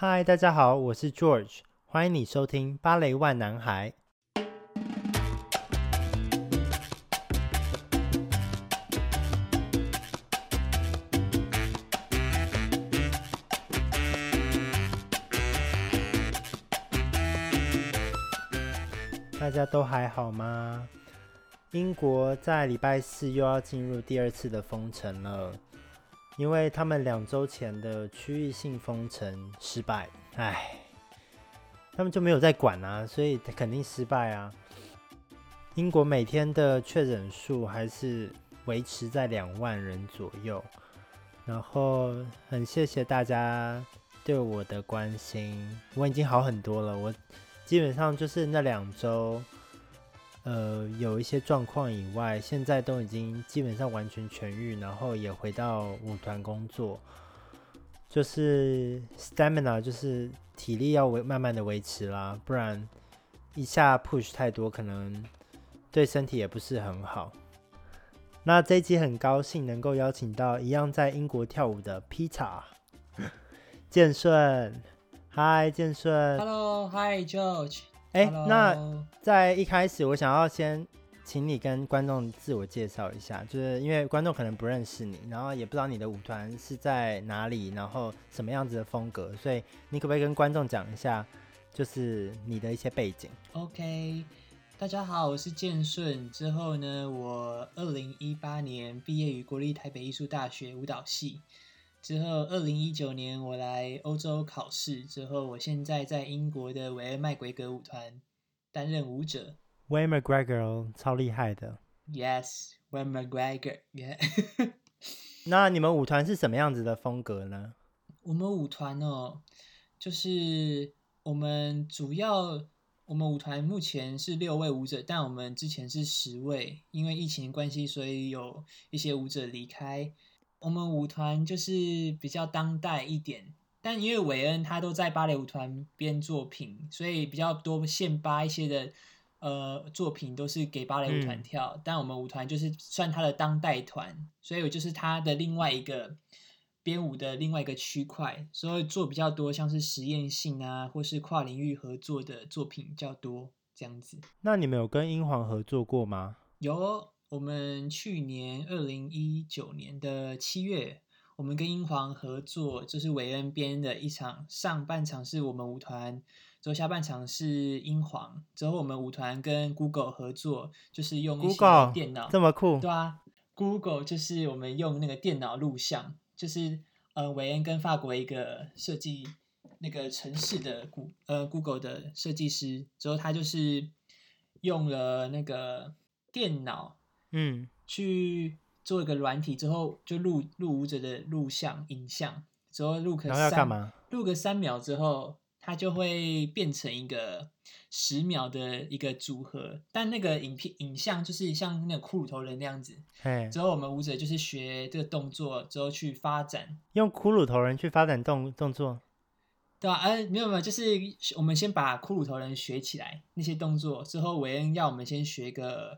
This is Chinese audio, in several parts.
嗨，大家好，我是 George， 欢迎你收听芭蕾 ONE 男孩。大家都还好吗？英国在礼拜四又要进入第二次的封城了，因为他们2周前的区域性封城失败，他们就没有在管啊，所以肯定失败啊。英国每天的确诊数还是维持在2万人左右，然后很谢谢大家对我的关心，我已经好很多了。我基本上就是那2周，有一些状况以外，现在都已经基本上完全痊愈，然后也回到舞团工作，就是 stamina 就是体力要慢慢的维持啦，不然一下 push 太多，可能对身体也不是很好。那这一集很高兴能够邀请到一样在英国跳舞的 Peter 建顺。嗨，建顺。 Hello， Hi George。 那在一开始我想要先请你跟观众自我介绍一下，就是因为观众可能不认识你，然后也不知道你的舞团是在哪里，然后什么样子的风格，所以你可不可以跟观众讲一下就是你的一些背景？ OK， 大家好，我是建顺。之后呢，我2018年毕业于国立台北艺术大学舞蹈系，之后2019年我来欧洲考试，之后我现在在英国的韦恩麦奎格舞团担任舞者。 Wayne McGregor 超厉害的。 Yes， Wayne McGregor yeah 那你们舞团是什么样子的风格呢？ 我们舞团就是我们舞团目前是6位舞者，但我们之前是10位，因为疫情关系，所以有一些舞者离开。我们舞团就是比较当代一点，但因为韦恩他都在芭蕾舞团编作品，所以比较多现芭一些的作品都是给芭蕾舞团跳，但我们舞团就是算他的当代团，所以我就是他的另外一个编舞的另外一个区块，所以做比较多像是实验性啊，或是跨领域合作的作品比较多这样子。 那你们有跟英皇合作过吗？ 有，我们去年2019年的7月，我们跟英皇合作，就是韦恩编的一场，上半场是我们舞团，之后下半场是英皇。之后我们舞团跟 Google 合作，就是用一些电脑。 这么酷？ 对啊， Google 就是我们用那个电脑录像，就是韦恩跟法国一个设计那个城市的Google 的设计师，之后他就是用了那个电脑去做一个软体，之后就录舞者的录像影像，之后然后要干嘛？ 录个3秒之后，它就会变成一个10秒的一个组合，但那个影像就是像那个骷髅头人那样子。之后我们舞者就是学这个动作之后去发展， 用骷髅头人去发展动作。 对啊，没有，就是我们先把骷髅头人学起来那些动作，之后韦恩要我们先学个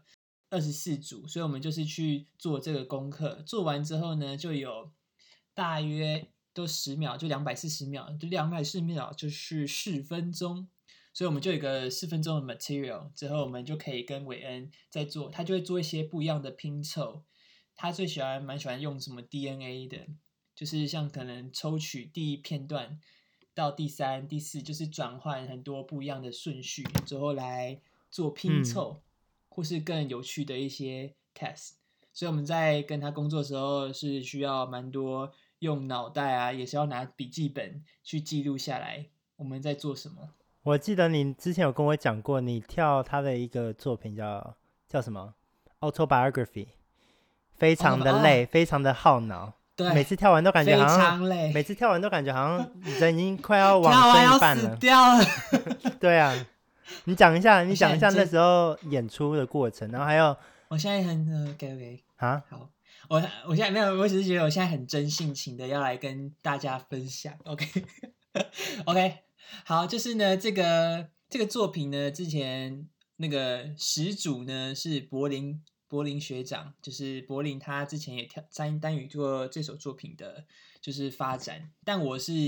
24组，所以我们就是去做这个功课。做完之后呢，就有大约都10秒，就240秒，就240秒就是4分钟，所以我们就有一个4分钟的 material， 之后我们就可以跟韦恩再做，他就会做一些不一样的拼凑。他蛮喜欢用什么 DNA 的，就是像可能抽取第一片段到第3、第4，就是转换很多不一样的顺序之后来做拼凑，或是更有趣的一些 test。所以我们在跟他工作的时候是需要蛮多用脑袋啊，也是要拿笔记本去记录下来我们在做什么。 我记得你之前有跟我讲过，你跳他的一个作品叫什么 Autobiography， 非常的累，非常的耗脑。 对， 每次跳完都感觉好像非常累， 每次跳完都感觉好像人已经快要往生一半了， 跳完要死掉了。 对啊，你讲一下那时候演出的过程，然后还有我现在很OK 啊， 好，我现在没有，我只是觉得我现在很真性情的要来跟大家分享。OK， 好，就是呢这个作品呢，之前那个始祖呢是柏林学长，就是柏林他之前也参与过这首作品的，就是发展，但我是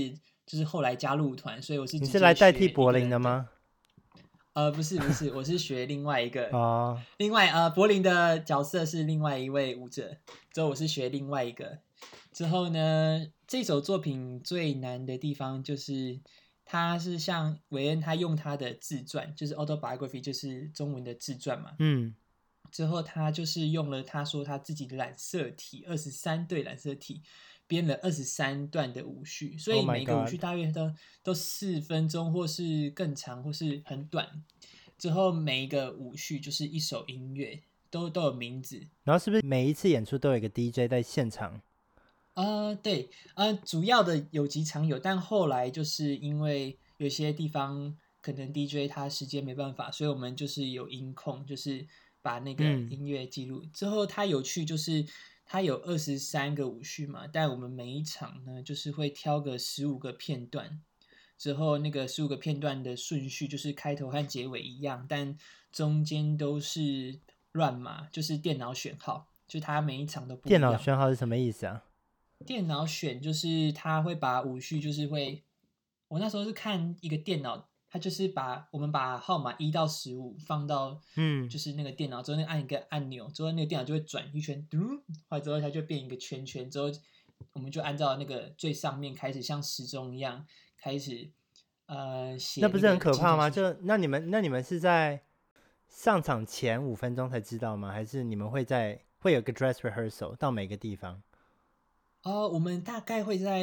就是后来加入舞团，所以我是直接你是来代替学柏林的吗？ 不是不是，我是学另外一个哦， 另外柏林的角色是另外一位舞者，之后我是学另外一个。之后呢，这首作品最难的地方就是他是像韦恩他用他的自传，就是 autobiography， 就是中文的自传嘛。之后他就是用了他说他自己的染色体23对染色体编了23段的舞序，所以每个舞序大约都4分钟或是更长或是很短。之后每一个舞序就是一首音乐，都有名字。 然后是不是每一次演出都有一个 DJ 在现场？ 对，主要的有几场有，但后来就是因为有些地方可能 DJ 他时间没办法，所以我们就是有音控，就是把那个音乐记录。之后它有趣就是它有23个舞序嘛，但我们每一场呢就是会挑个15个片段，之后那个15个片段的顺序就是开头和结尾一样，但中间都是乱码，就是电脑选号，就它每一场都不一样。 电脑选号是什么意思啊？ 电脑选就是他会把舞序就是会，我那时候是看一个电脑，他就是我们把号码1到15放到就是那个电脑之后，那按一个按钮之后，那个电脑就会转一圈，后来之后它就变一个圈圈，之后我们就按照那个最上面开始像时钟一样开始写。 那不是很可怕吗？就那你们是在上场前5分钟才知道吗？还是你们会有个 dress rehearsal 到每个地方？ 我们大概会在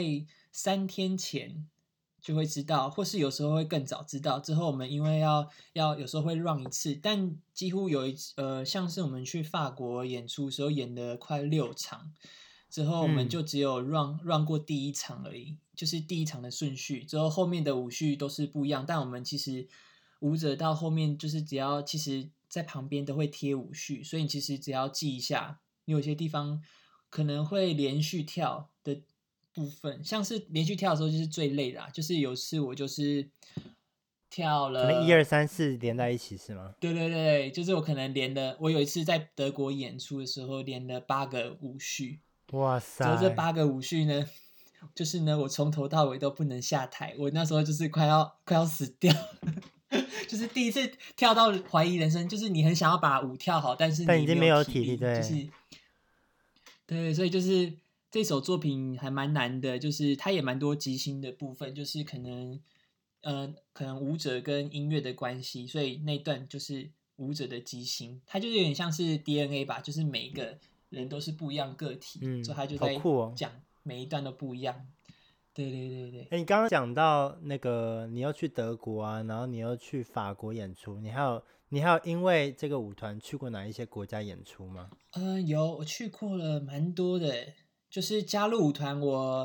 3天前就会知道，或是有时候会更早知道。之后我们因为要有时候会 run 一次，但几乎像是我们去法国演出的时候演了快6场，之后我们就只有 run 过第一场而已，就是第一场的顺序。之后后面的舞序都是不一样，但我们其实舞者到后面就是只要其实在旁边都会贴舞序，所以你其实只要记一下，你有些地方可能会连续跳的部分，像是连续跳的时候就是最累的就是有次我就是跳了， 可能1、2、3、4连在一起是吗？ 对对对，就是我可能我有一次在德国演出的时候连了8个舞序。 哇塞！ 之后这8个舞序呢，就是呢我从头到尾都不能下台，我那时候就是快要死掉。就是第一次跳到怀疑人生，就是你很想要把舞跳好，但是你已经没有体力， 对， 就是对，所以就是这首作品还蛮难的，就是它也蛮多即兴的部分，就是可能舞者跟音乐的关系，所以那段就是舞者的即兴，它就有点像是 DNA 吧，就是每一个人都是不一样个体，所以他就在讲每一段都不一样。对对对对。 你刚刚讲到那个你要去德国啊，然后你要去法国演出，你还有因为这个舞团去过哪一些国家演出吗？ 有，我去过了蛮多的，就是加入舞团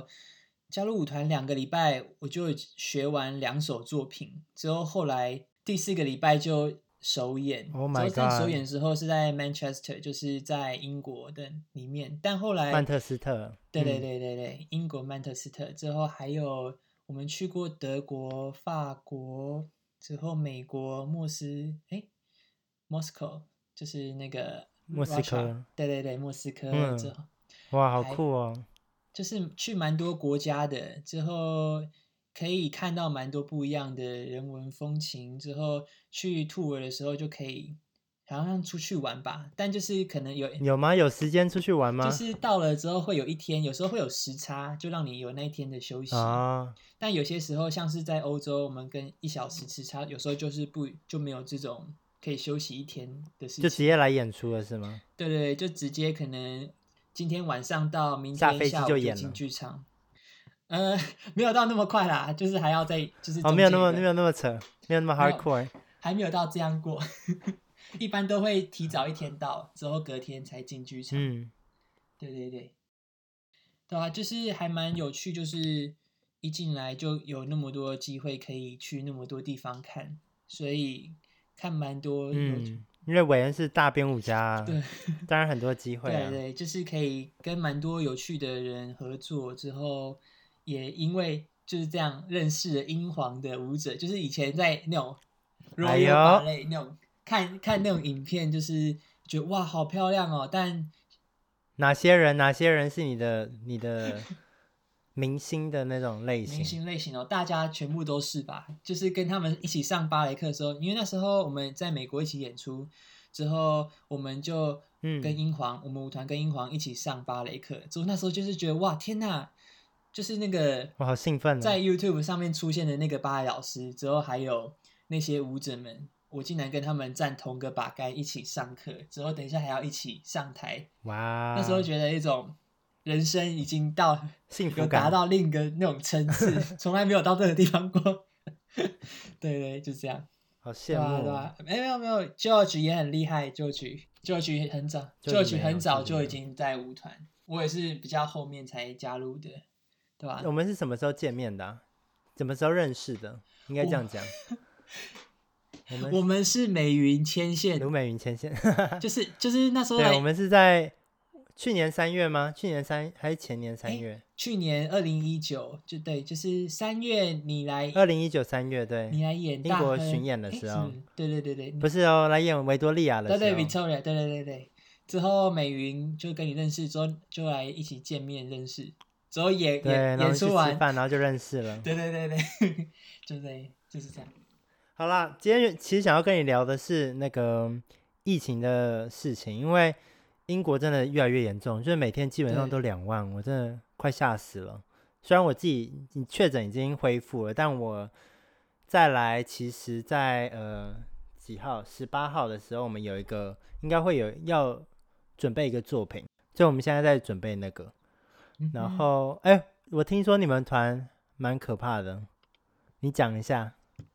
2个礼拜，我就学完2首作品，之后来第4个礼拜就首演。 Oh my god！ 在首演的时候是在 Manchester， 就是在英国的里面，但后来曼彻斯特。 对对对对对，英国曼彻斯特之后还有我们去过德国、法国，之后美国莫斯就是那个莫斯科。 对对对，莫斯科之后， 哇，好酷哦！ 就是去蛮多国家的，之后可以看到蛮多不一样的人文风情，之后去 tour 的时候就可以好像出去玩吧，但就是可能有吗？有时间出去玩吗？ 就是到了之后会有一天，有时候会有时差，就让你有那一天的休息。但有些时候像是在欧洲，我们跟1小时时差，有时候就没有这种可以休息一天的事情， 就直接来演出了是吗？ 对对，就直接可能今天晚上到明天下午就进剧场。没有到那么快啦，就是还要再就是没有那么扯，没有那么 hardcore， 还没有到这样过。一般都会提早1天到，之后隔天才进剧场。对对对，对啊，就是还蛮有趣，就是一进来就有那么多机会可以去那么多地方看，所以看蛮多有趣。 因为韦恩是大编舞家， 对， 当然很多机会对对，就是可以跟蛮多有趣的人合作，之后也因为就是这样认识了英皇的舞者，就是以前在那种 Royal Ballet 那种看那种影片，就是觉得哇好漂亮哦，但哪些人是你的明星的那种类型。 明星类型哦，大家全部都是吧？就是跟他们一起上芭蕾课的时候，因为那时候我们在美国一起演出之后，我们就跟英皇，我们舞团跟英皇一起上芭蕾课。之后那时候就是觉得哇，天哪！就是那个我好兴奋在 YouTube 上面出现的那个芭蕾老师，之后还有那些舞者们，我竟然跟他们站同个把杆一起上课，之后等一下还要一起上台。 哇！ 那时候觉得一种人生已经有幸福感， 达到另一个那种层次，从来没有到这个地方过。对对，就这样。 好羡慕。 对吧？没有 ，George 也很厉害，George 很早，George 很早就已经在舞团，我也是比较后面才加入的。对吧？ 我们是什么时候见面的啊？什么时候认识的？应该这样讲。 我们是美云牵线， 卢美云牵线， 就是那时候对，我们是在去年3月吗？去年还是前年3月？ 去年2019，就是3月你来 ，2019 3月，对， 你来演英国巡演的时候， 对， 不是哦，来演维多利亚的时候， 对 Victoria，对，之后美云就跟你认识之后，就来一起见面认识。之后演出完， 吃饭，然后就认识了。 对，就是这样。 好啦，今天其实想要跟你聊的是那个疫情的事情，因为英国真的越来越严重，就是每天基本上都2万，我真的快吓死了。虽然我自己确诊已经恢复了，但我再来，其实在几号？18号的时候，我们有一个应该会要准备一个作品，所以我们现在在准备那个。然后，我听说你们团蛮可怕的，你讲一下。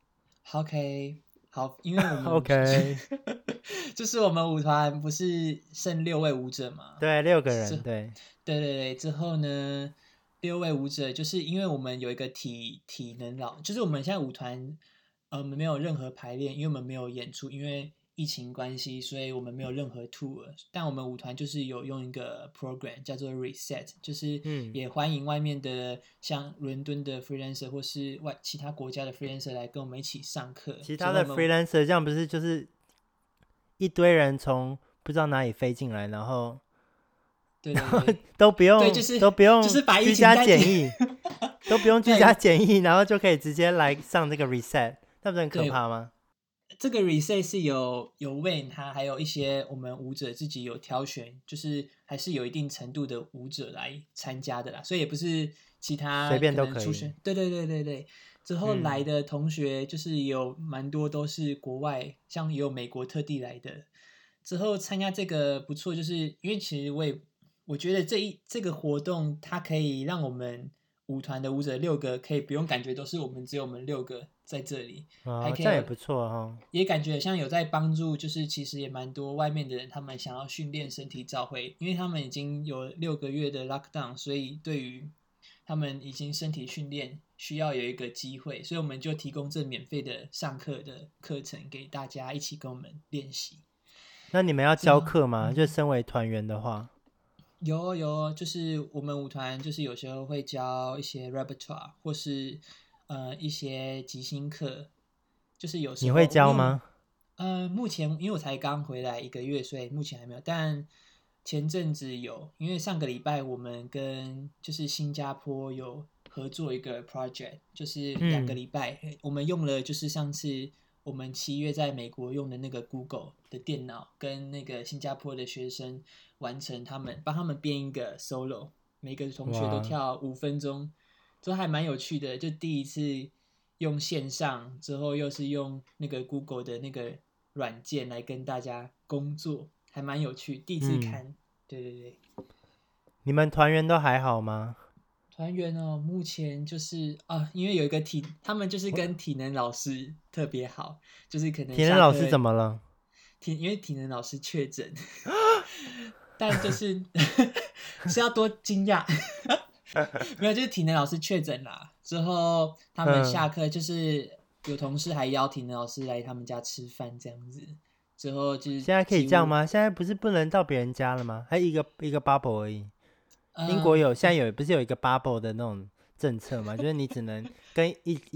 OK， 好，因为我们 OK， 就是我们舞团不是剩6位舞者嘛？ 对，6个人， 对。之后呢，6位舞者就是因为我们有一个体能就是我们现在舞团，我们没有任何排练，因为我们没有演出，因为疫情关系，所以我们没有任何 tour。但我们舞团就是有用一个 program 叫做 Reset， 就是也欢迎外面的像伦敦的 freelancer 或是其他国家的 freelancer 来跟我们一起上课。 其他的 freelancer 这样不是就是一堆人从不知道哪里飞进来，然后对都不用就是居家检疫，都不用居家检疫，然后就可以直接来上这个 Reset， 那不是很可怕吗？ 这个 Reset 是有 Wayne 他还有一些我们舞者自己有挑选，就是还是有一定程度的舞者来参加的啦，所以也不是其他随便都可以。 对。之后来的同学就是有蛮多都是国外，像也有美国特地来的。之后参加这个不错，就是因为其实我觉得这个活动它可以让我们舞团的舞者6个可以不用感觉都是只有我们6个在这里，还可以这样也不错哦。 也感觉像有在帮助，就是其实也蛮多外面的人，他们想要训练身体照会，因为他们已经有6个月的 lockdown， 所以对于他们已经身体训练需要有一个机会，所以我们就提供这免费的上课的课程给大家一起跟我们练习。 那你们要教课吗？就身为团员的话。 有，就是我们舞团就是有时候会教一些 repertoire 或是一些即兴课，就是有时候你会教吗？ 目前因为我才刚回来1个月，所以目前还没有。但前阵子有，因为上个礼拜我们跟就是新加坡有合作一个 project， 就是2个礼拜，我们用了就是上次我们7月在美国用的那个 Google 的电脑，跟那个新加坡的学生完成帮他们编一个 solo， 每个同学都跳5分钟，这还蛮有趣的，就第一次用线上，之后又是用那个 Google 的那个软件来跟大家工作，还蛮有趣，第一次看。对。 你们团员都还好吗？ 团员哦，目前就是因为有一个他们就是跟体能老师特别好，就是可能体能老师怎么了？ 因为体能老师确诊，但就是是要多惊讶，没有，就是体能老师确诊啦。之后他们下课就是有同事还邀体能老师来他们家吃饭这样子。之后就是现在可以这样吗？现在不是不能到别人家了吗？还一个 bubble 而已。英国现在不是有一个 bubble 的那种政策吗？就是你只能跟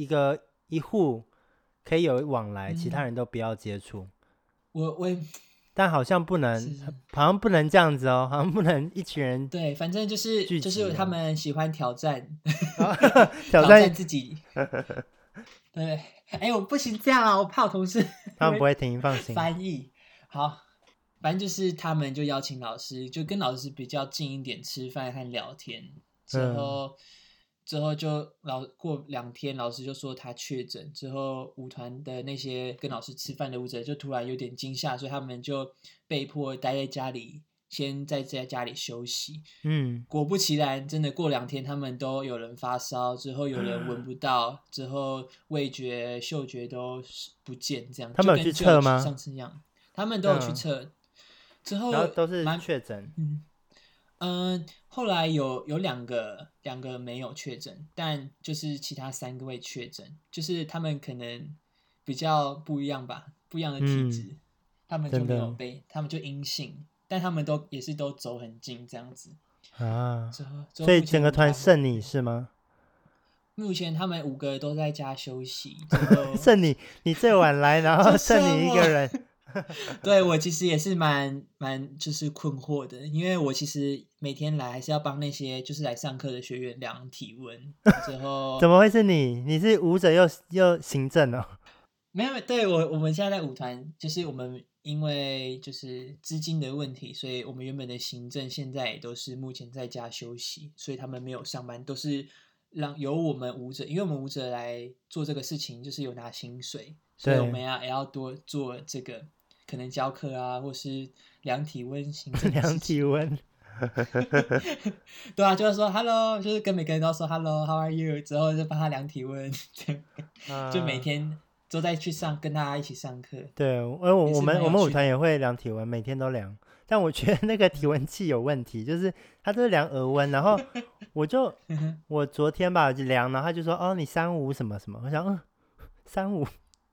一户可以有往来，其他人都不要接触。 但好像不能， 是好像不能这样子哦，好像不能一群人对，反正就是他们喜欢挑战挑挑战战， 自己。对，哎，我不行这样啊，我怕我同事他们不会停，放心。 翻译。好，反正就是他们就邀请老师，就跟老师比较近一点，吃饭和聊天。之后就过2天，老师就说他确诊。之后舞团的那些跟老师吃饭的舞者就突然有点惊吓，所以他们就被迫待在家里，先在家里休息。果不其然，真的过2天，他们都有人发烧，之后有人闻不到，之后味觉、嗅觉都不见，这样他们有去测吗？ 上次一样，他们都有去测，之后然后都是确诊。 后来有两个没有确诊，但就是其他3位确诊，就是他们可能比较不一样吧，不一样的体质，他们就没有他们就阴性，但他们也是都走很近这样子啊。所以整个团剩你是吗？ 目前他们5个都在家休息， 剩你最晚来，然后剩你一个人。 对，我其实也是蛮就是困惑的，因为我其实每天来还是要帮那些就是来上课的学员量体温，之后怎么会是你？你是舞者又行政哦？ 没有，对，我们现在在舞团，就是我们因为就是资金的问题，所以我们原本的行政现在也都是目前在家休息，所以他们没有上班，都是由我们舞者，因为我们舞者来做这个事情，就是有拿薪水，所以我们也要多做这个。可能教课啊，或是量体温、行政量体温， 对啊，就是说 hello， 就是跟每个人都说 hello，how are you， 之后就帮他量体温，就每天都在去跟大家一起上课。 对，我们舞团也会量体温，每天都量。但我觉得那个体温计有问题，就是它都是量额温，然后我昨天吧就量，然后他就说哦你35什么什么，我想35。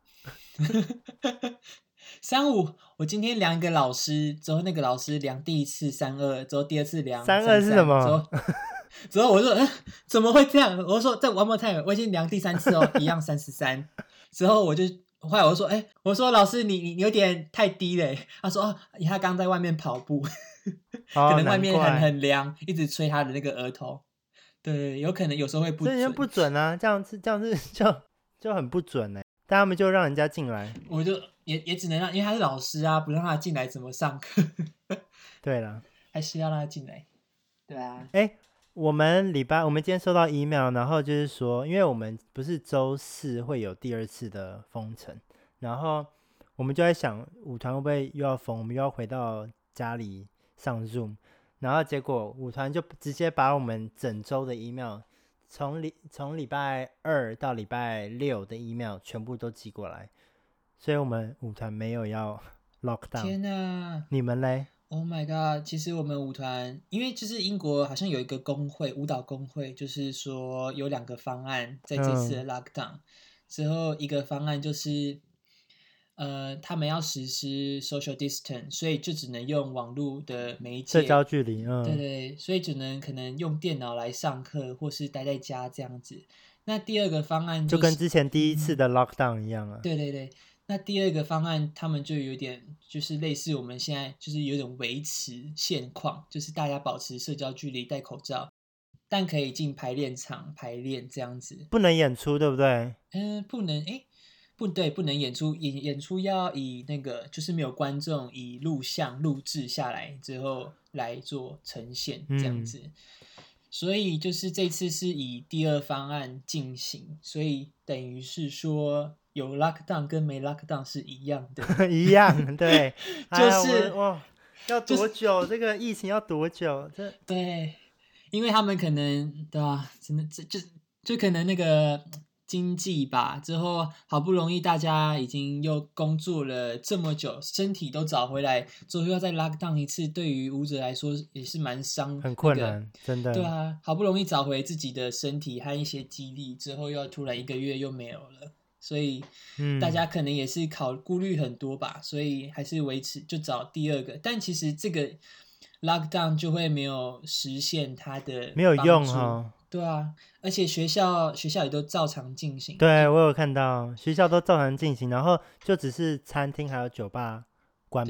35，我今天量一个老师，之后那个老师量第一次32，之后第2次量 32是什么？ 之后我说怎么会这样？我说再 one more time， 我已经量第3次哦，一样33。之后后来我说我说老师你有点太低了。他说他刚在外面跑步，可能外面很凉，一直吹他的那个额头。对，有可能有时候会不准。 这不准啊，这样子就很不准欸。但他们就让人家进来， 我就也只能让，因为他是老师啊，不让他进来怎么上课？ 对了， 还是要让他进来。对啊。 我们今天收到 email， 然后就是说，因为我们不是周4会有第2次的封城，然后我们就在想，舞团会不会又要封，我们又要回到家里上 Zoom， 然后结果舞团就直接把我们整周的 email。从礼拜2到礼拜6的 email 全部都寄过来，所以我们舞团没有要 lockdown。 天哪！ 你们嘞 ？Oh my god！ 其实我们舞团，因为就是英国好像有一个工会，舞蹈工会，就是说有2个方案在这次的 lockdown，之后一个方案就是他们要实施 social distance， 所以就只能用网络的媒介， 社交距离， 对，所以只能可能用电脑来上课，或是待在家这样子。那第2个方案就跟之前第1次的 lockdown 一样啊。 对，那第2个方案他们就有点就是类似我们现在就是有点维持现况，就是大家保持社交距离，戴口罩，但可以进排练场排练这样子。 不能演出，对不对？ 不能，不能演出，演出要以那个就是没有观众，以录制下来之后来做呈现这样子。所以就是这次是以第2方案进行，所以等于是说有 lockdown 跟没 lockdown 是一样的。 一样，对， 就是哇，要多久？这个疫情要多久？ 对，因为他们可能对吧，真的就可能那个经济吧，之后好不容易大家已经又工作了这么久，身体都找回来，之后又要再 lockdown 一次，对于舞者来说也是蛮很困难，真的。 对啊，好不容易找回自己的身体和一些肌力，之后又要突然1个月又没有了，所以大家可能也是顾虑很多吧，所以还是维持就找第2个，但其实这个 lockdown 就会没有实现它的没有用哦。 对啊，而且学校也都照常进行。 对，我有看到学校都照常进行，然后就只是餐厅还有酒吧关门。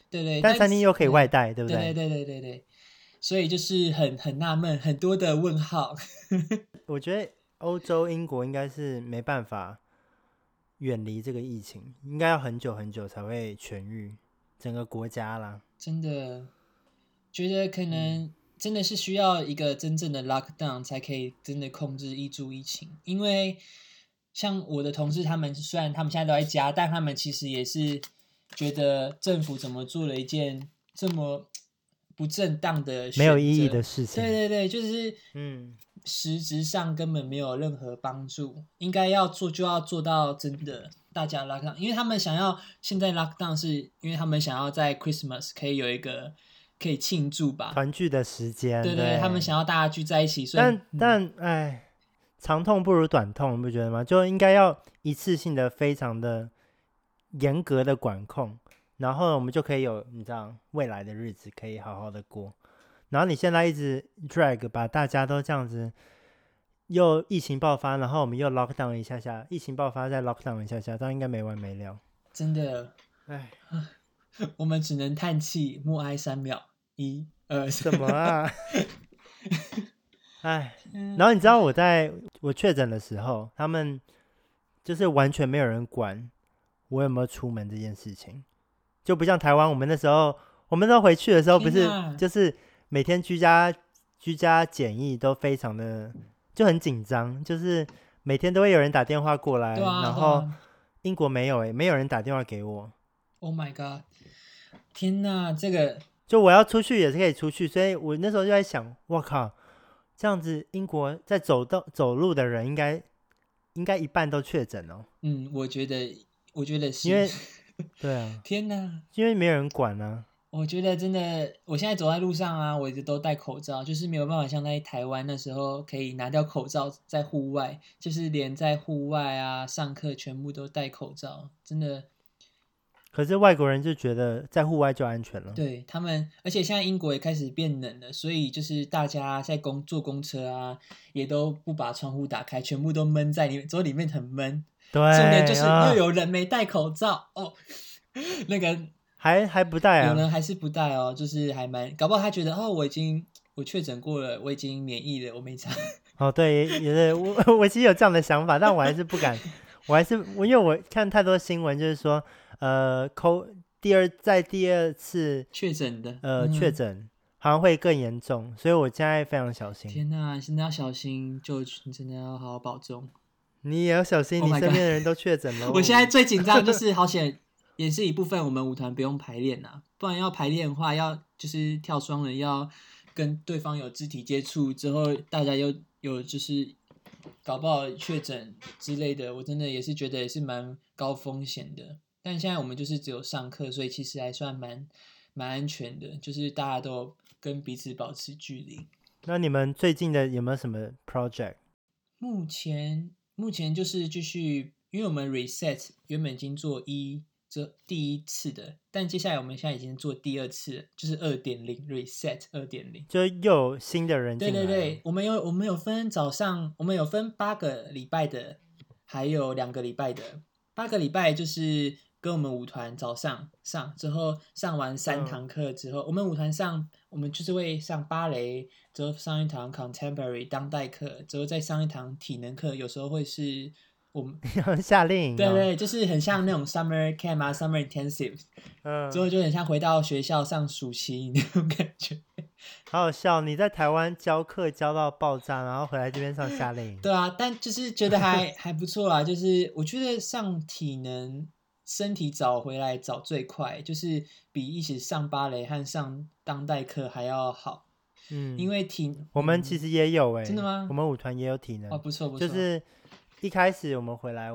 对对， 但餐厅又可以外带，对不对？ 对？ 对对对对对，所以就是很纳闷，很多的问号。 我觉得欧洲英国应该是没办法远离这个疫情，应该要很久很久才会痊愈，整个国家啦。 真的觉得可能真的是需要一个真正的 lockdown 才可以真的控制疫情，因为像我的同事他们虽然他们现在都在家，但他们其实也是觉得政府怎么做了一件这么不正当的选择， 没有意义的事情。 对对对，就是实质上根本没有任何帮助，应该要做就要做到真的大家 lockdown， 因为他们想要现在 lockdown 是因为他们想要在 Christmas 可以有一个可以庆祝吧， 团聚的时间。 对对，他们想要大家聚在一起，所以但长痛不如短痛，你不觉得吗？就应该要一次性的非常的严格的管控，然后我们就可以有你知道未来的日子可以好好的过。然后你现在一直 drag 把大家都这样子，又疫情爆发，然后我们又 lock down 一下下，疫情爆发再 lock down 一下下，这样应该没完没了。 真的， 哎， 我们只能叹气，默哀3秒，1、2、3。 什么啊？哎，然后你知道我确诊的时候，他们就是完全没有人管我有没有出门这件事情，就不像台湾，我们那时候回去的时候，不是就是每天居家检疫都非常的就很紧张，就是每天都会有人打电话过来，然后英国没有没有人打电话给我。 Oh my god！ 天哪，这个就我要出去也是可以出去，所以我那时候就在想，我靠，这样子英国在走路的人应该一半都确诊哦。 我觉得是， 因为对啊， 天哪， 因为没有人管啊。 我觉得真的，我现在走在路上啊，我一直都戴口罩，就是没有办法像在台湾那时候可以拿掉口罩在户外，就是连在户外啊上课全部都戴口罩，真的。 可是外国人就觉得在户外就安全了。 对他们，而且现在英国也开始变冷了，所以就是大家在坐公车啊，也都不把窗户打开，全部都闷在里面，坐里面很闷。 对， 重点就是又有人没戴口罩哦，那个还不戴啊？ 有人还是不戴哦，就是还蛮搞不好他觉得哦，我确诊过了，我已经免疫了，我没差。 哦，对，也是我其实有这样的想法，但我还是不敢，因为我看太多新闻，就是说第二次确诊的确诊好像会更严重，所以我现在非常小心。 天哪，现在要小心，就你真的要好好保重。 你也要小心，你身边的人都确诊了。 我现在最紧张就是好险，也是一部分我们舞团不用排练啊，不然要排练的话，要就是跳双人要跟对方有肢体接触之后，大家又有就是搞不好确诊之类的，我真的也是觉得也是蛮高风险的。但现在我们就是只有上课，所以其实还算蛮安全的，就是大家都跟彼此保持距离。 那你们最近的有没有什么 project？ 目前就是继续，因为我们 reset 原本已经做这第一次的，但接下来我们现在已经做第2次了，就是 2.0 reset 2.0， 就又有新的人进来。 对对对，我们有分早上，我们有分8个礼拜的，还有2个礼拜的。8个礼拜就是跟我们舞团早上上之后上完3堂课之后，我们舞团我们就是会上芭蕾，之后上一堂 contemporary 当代课，之后再上一堂体能课，有时候会是我们夏令营。 对对，就是很像那种 summer camp 啊 summer intensive， 之后就很像回到学校上暑期那种感觉。 好好笑，你在台湾教课教到爆炸，然后回来这边上夏令营。 对啊，但就是觉得还不错啦，就是我觉得上体能身体找回来找最快，就是比一起上芭蕾和上当代课还要好。因为我们其实也有真的吗？ 我们舞团也有体能。 哦，不错不错。 就是一开始我们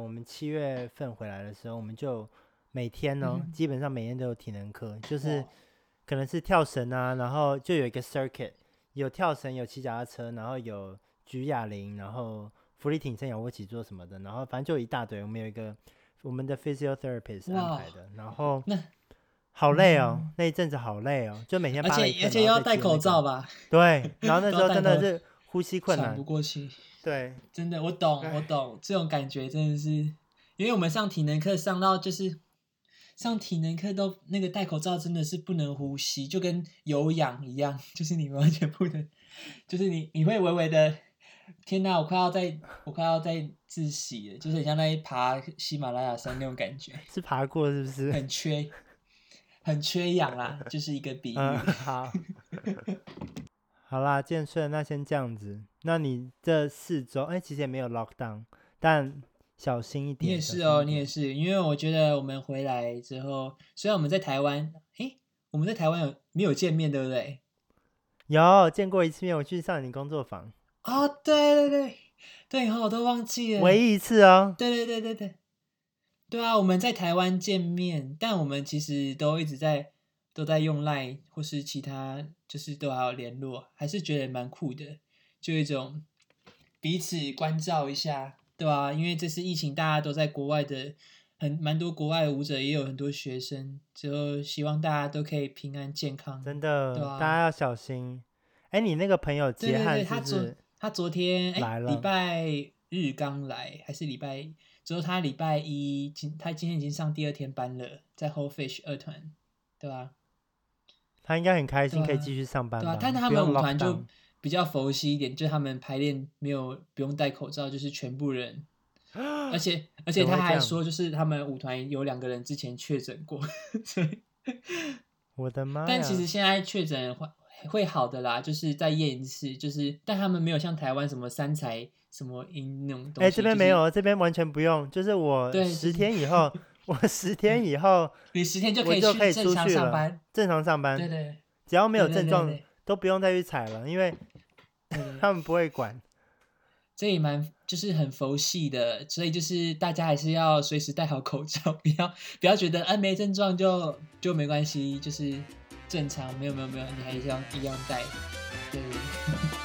7月份回来的时候，我们就每天基本上每天都有体能课，就是可能是跳绳啊，然后就有一个 circuit， 有跳绳，有骑脚踏车，然后有举哑铃，然后浮力挺身、仰卧起坐什么的，然后反正就一大堆。我们有一个我们的 physiotherapist 安排的，然后好累哦，那一阵子好累哦，就每天芭蕾课， 而且要戴口罩吧？ 对，然后那时候真的是呼吸困难， 喘不过气。 对， 真的，我懂，这种感觉真的是，因为我们上体能课上到就是上体能课都那个戴口罩真的是不能呼吸，就跟有氧一样，就是你完全不能，就是你会微微的，天哪，我快要在窒息了，就是很像在爬喜马拉雅山那种感觉， 是爬过是不是？ 很缺氧啦，就是一个比喻。 好，好啦，建顺，那先这样子。那你这4周，其实也没有 lockdown，但小心一点。 你也是哦，你也是，因为我觉得我们回来之后，虽然我们在台湾，我们在台湾没有见面，对不对？ 有见过1次面，我去上你工作坊。 哦，对，我都忘记了， 唯一一次哦。 对啊，我们在台湾见面，但我们其实都一直都在用 LINE 或是其他，就是都还有联络，还是觉得蛮酷的，就有一种彼此关照一下，对啊，因为这次疫情，大家都在国外的，蛮多国外的舞者，也有很多学生，之后希望大家都可以平安健康， 真的， 对啊， 大家要小心。你那个朋友杰汉是不是？ 他昨天来了， 礼拜日刚来，还是礼拜？之后他礼拜一，他今天已经上第2天班了，在 Whole Fish 2团，对吧？ 他应该很开心可以继续上班吧？ 对啊，但他们舞团就比较佛系一点，就他们排练不用戴口罩，就是全部人，而且他还说，就是他们舞团有2个人之前确诊过，所以我的妈呀！ 但其实现在确诊会好的啦，就是再验一次，就是但他们没有像台湾什么3才什么阴那种东西。 这边没有，这边完全不用，就是我10天以后，我10天以后， 你10天就可以去正常上班， 正常上班。 对， 只要没有症状都不用再去采了，因为他们不会管。 这也就是很佛系的，所以就是大家还是要随时戴好口罩，不要觉得没症状就没关系，就是正常，没有，你还是要一样戴，对。